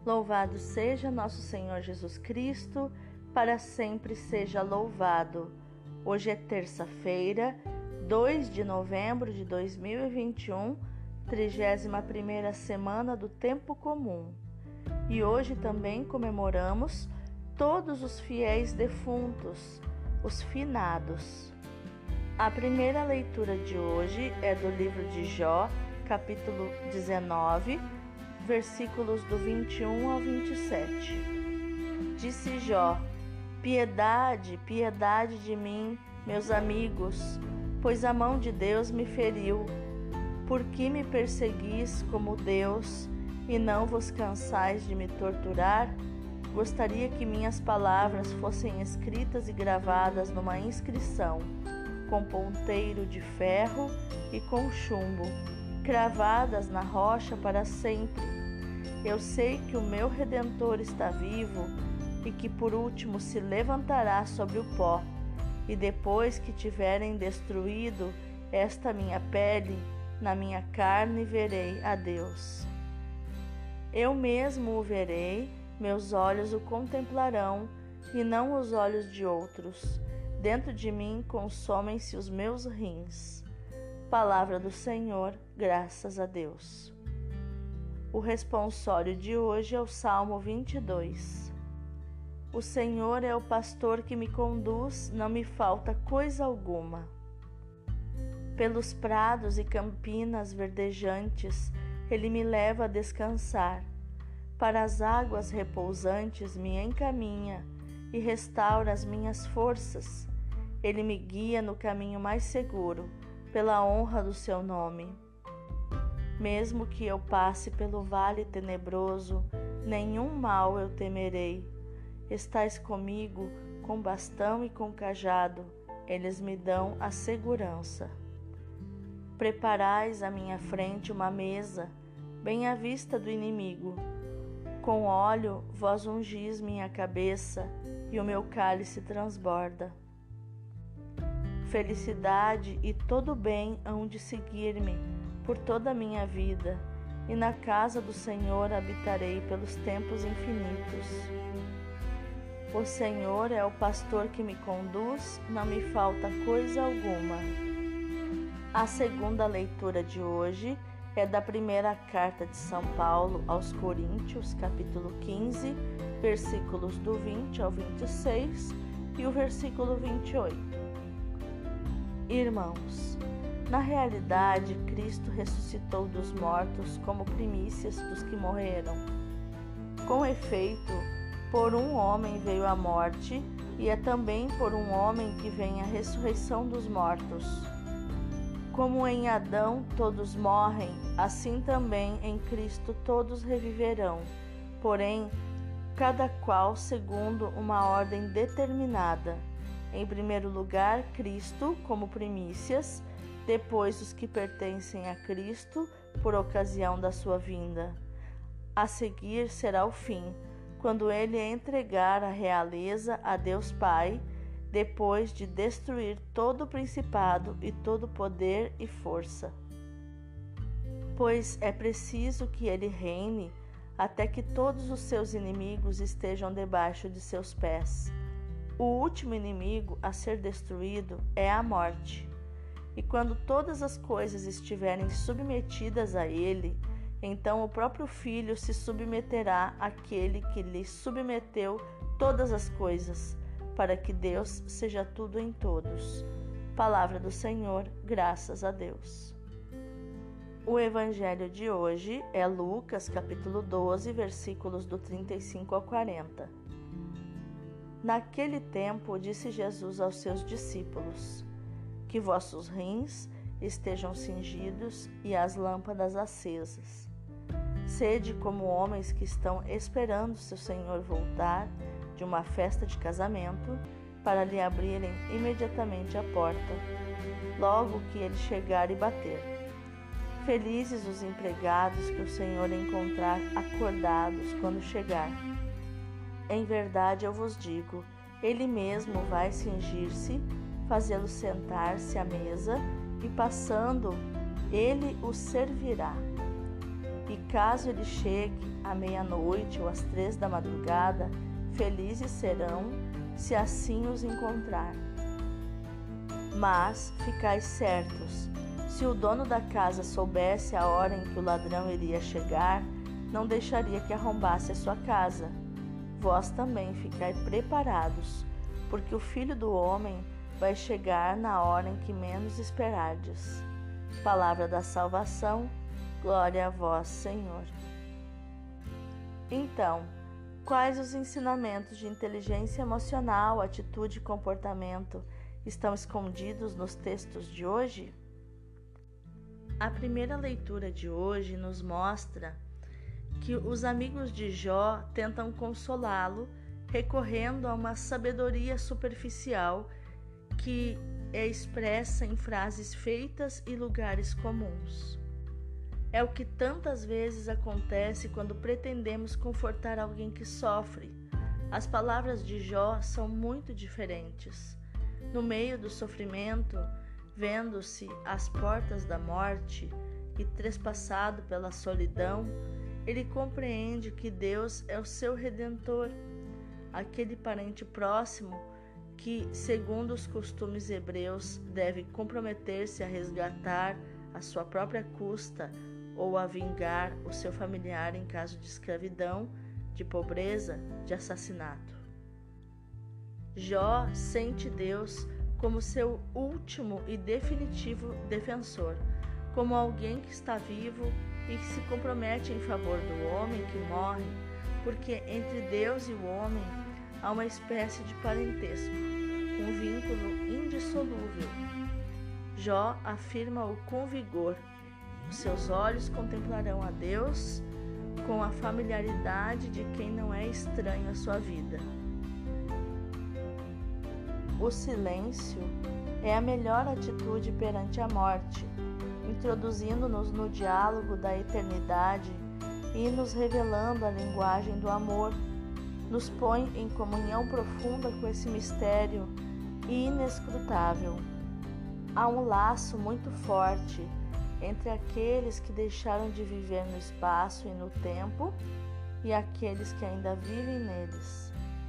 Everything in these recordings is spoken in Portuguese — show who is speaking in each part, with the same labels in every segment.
Speaker 1: Louvado seja nosso Senhor Jesus Cristo, para sempre seja louvado. Hoje é terça-feira, 2 de novembro de 2021, 31ª semana do Tempo Comum. E hoje também comemoramos todos os fiéis defuntos, os finados. A primeira leitura de hoje é do livro de Jó, capítulo 19, versículos do 21 ao 27. Disse Jó: Piedade, piedade de mim, meus amigos, pois a mão de Deus me feriu. Por que me perseguis como Deus e não vos cansais de me torturar? Gostaria que minhas palavras fossem escritas e gravadas numa inscrição, com ponteiro de ferro e com chumbo, cravadas na rocha para sempre. Eu sei que o meu Redentor está vivo e que por último se levantará sobre o pó, e depois que tiverem destruído esta minha pele, na minha carne verei a Deus. Eu mesmo o verei, meus olhos o contemplarão, e não os olhos de outros. Dentro de mim consomem-se os meus rins. Palavra do Senhor, graças a Deus. O responsório de hoje é o Salmo 22. O Senhor é o pastor que me conduz, não me falta coisa alguma. Pelos prados e campinas verdejantes, Ele me leva a descansar. Para as águas repousantes me encaminha e restaura as minhas forças. Ele me guia no caminho mais seguro, pela honra do seu nome. Mesmo que eu passe pelo vale tenebroso, nenhum mal eu temerei. Estais comigo com bastão e com cajado, eles me dão a segurança. Preparais à minha frente uma mesa, bem à vista do inimigo. Com óleo vós ungis minha cabeça, e o meu cálice transborda. Felicidade e todo bem hão de seguir-me por toda a minha vida, e na casa do Senhor habitarei pelos tempos infinitos. O Senhor é o pastor que me conduz, não me falta coisa alguma. A segunda leitura de hoje é da primeira carta de São Paulo aos Coríntios, capítulo 15, versículos do 20 ao 26 e o versículo 28. Irmãos, na realidade, Cristo ressuscitou dos mortos como primícias dos que morreram. Com efeito, por um homem veio a morte, e é também por um homem que vem a ressurreição dos mortos. Como em Adão todos morrem, assim também em Cristo todos reviverão, porém, cada qual segundo uma ordem determinada. Em primeiro lugar, Cristo, como primícias, depois os que pertencem a Cristo, por ocasião da sua vinda. A seguir será o fim, quando ele entregar a realeza a Deus Pai, depois de destruir todo o principado e todo poder e força. Pois é preciso que ele reine até que todos os seus inimigos estejam debaixo de seus pés. O último inimigo a ser destruído é a morte. E quando todas as coisas estiverem submetidas a ele, então o próprio Filho se submeterá àquele que lhe submeteu todas as coisas, para que Deus seja tudo em todos. Palavra do Senhor, graças a Deus. O evangelho de hoje é Lucas, capítulo 12, versículos do 35 ao 40. Naquele tempo, disse Jesus aos seus discípulos: Que vossos rins estejam cingidos e as lâmpadas acesas. Sede como homens que estão esperando seu Senhor voltar de uma festa de casamento, para lhe abrirem imediatamente a porta, logo que ele chegar e bater. Felizes os empregados que o Senhor encontrar acordados quando chegar. Em verdade eu vos digo, ele mesmo vai cingir-se, fazê-lo sentar-se à mesa, e passando, ele os servirá. E caso ele chegue à meia-noite ou às 3 da madrugada, felizes serão se assim os encontrar. Mas ficais certos, se o dono da casa soubesse a hora em que o ladrão iria chegar, não deixaria que arrombasse a sua casa. Vós também ficai preparados, porque o Filho do Homem vai chegar na hora em que menos esperardes. Palavra da salvação, glória a vós, Senhor. Então, quais os ensinamentos de inteligência emocional, atitude e comportamento estão escondidos nos textos de hoje? A primeira leitura de hoje nos mostra que os amigos de Jó tentam consolá-lo, recorrendo a uma sabedoria superficial que é expressa em frases feitas e lugares comuns. É o que tantas vezes acontece quando pretendemos confortar alguém que sofre. As palavras de Jó são muito diferentes. No meio do sofrimento, vendo-se às portas da morte e trespassado pela solidão, ele compreende que Deus é o seu Redentor, aquele parente próximo que, segundo os costumes hebreus, deve comprometer-se a resgatar à sua própria custa ou a vingar o seu familiar em caso de escravidão, de pobreza, de assassinato. Jó sente Deus como seu último e definitivo defensor, como alguém que está vivo e que se compromete em favor do homem que morre, porque entre Deus e o homem há uma espécie de parentesco, um vínculo indissolúvel. Jó afirma-o com vigor. Os seus olhos contemplarão a Deus com a familiaridade de quem não é estranho à sua vida. O silêncio é a melhor atitude perante a morte, introduzindo-nos no diálogo da eternidade e nos revelando a linguagem do amor, nos põe em comunhão profunda com esse mistério inescrutável. Há um laço muito forte entre aqueles que deixaram de viver no espaço e no tempo e aqueles que ainda vivem neles.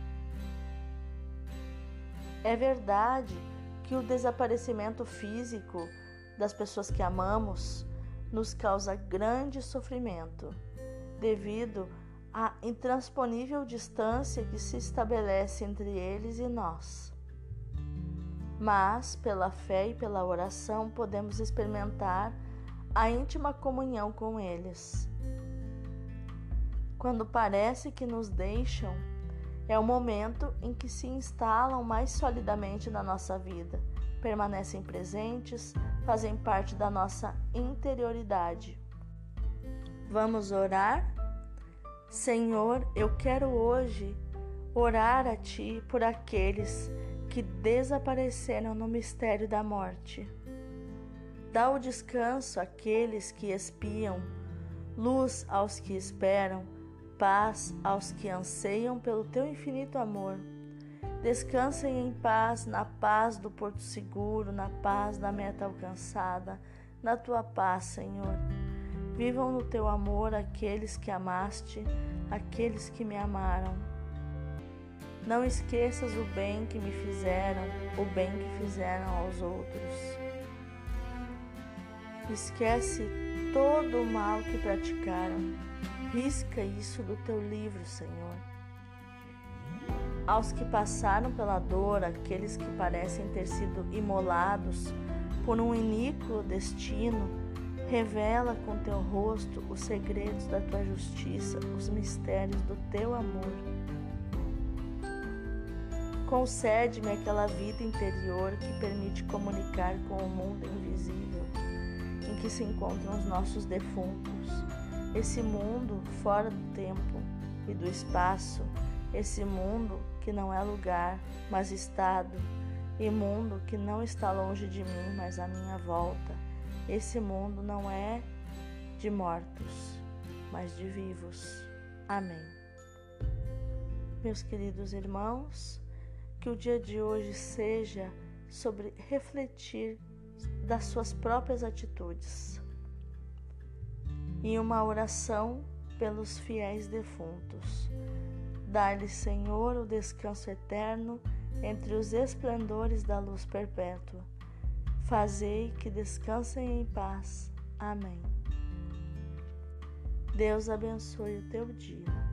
Speaker 1: É verdade que o desaparecimento físico das pessoas que amamos nos causa grande sofrimento, devido à intransponível distância que se estabelece entre eles e nós. Mas, pela fé e pela oração, podemos experimentar a íntima comunhão com eles. Quando parece que nos deixam, é o momento em que se instalam mais solidamente na nossa vida, permanecem presentes, fazem parte da nossa interioridade. Vamos orar? Senhor, eu quero hoje orar a Ti por aqueles que desapareceram no mistério da morte. Dá o descanso àqueles que espiam, luz aos que esperam, paz aos que anseiam pelo Teu infinito amor. Descansem em paz, na paz do porto seguro, na paz da meta alcançada, na Tua paz, Senhor. Vivam no Teu amor aqueles que amaste, aqueles que me amaram. Não esqueças o bem que me fizeram, o bem que fizeram aos outros. Esquece todo o mal que praticaram. Risca isso do Teu livro, Senhor. Aos que passaram pela dor, aqueles que parecem ter sido imolados por um iníquo destino, revela com Teu rosto os segredos da Tua justiça, os mistérios do Teu amor. Concede-me aquela vida interior que permite comunicar com o mundo invisível, em que se encontram os nossos defuntos, esse mundo fora do tempo e do espaço, esse mundo que não é lugar, mas estado, e mundo que não está longe de mim, mas à minha volta. Esse mundo não é de mortos, mas de vivos. Amém. Meus queridos irmãos, que o dia de hoje seja sobre refletir das suas próprias atitudes. e uma oração pelos fiéis defuntos. Dai-lhe, Senhor, o descanso eterno entre os esplendores da luz perpétua. Fazei que descansem em paz. Amém. Deus abençoe o teu dia.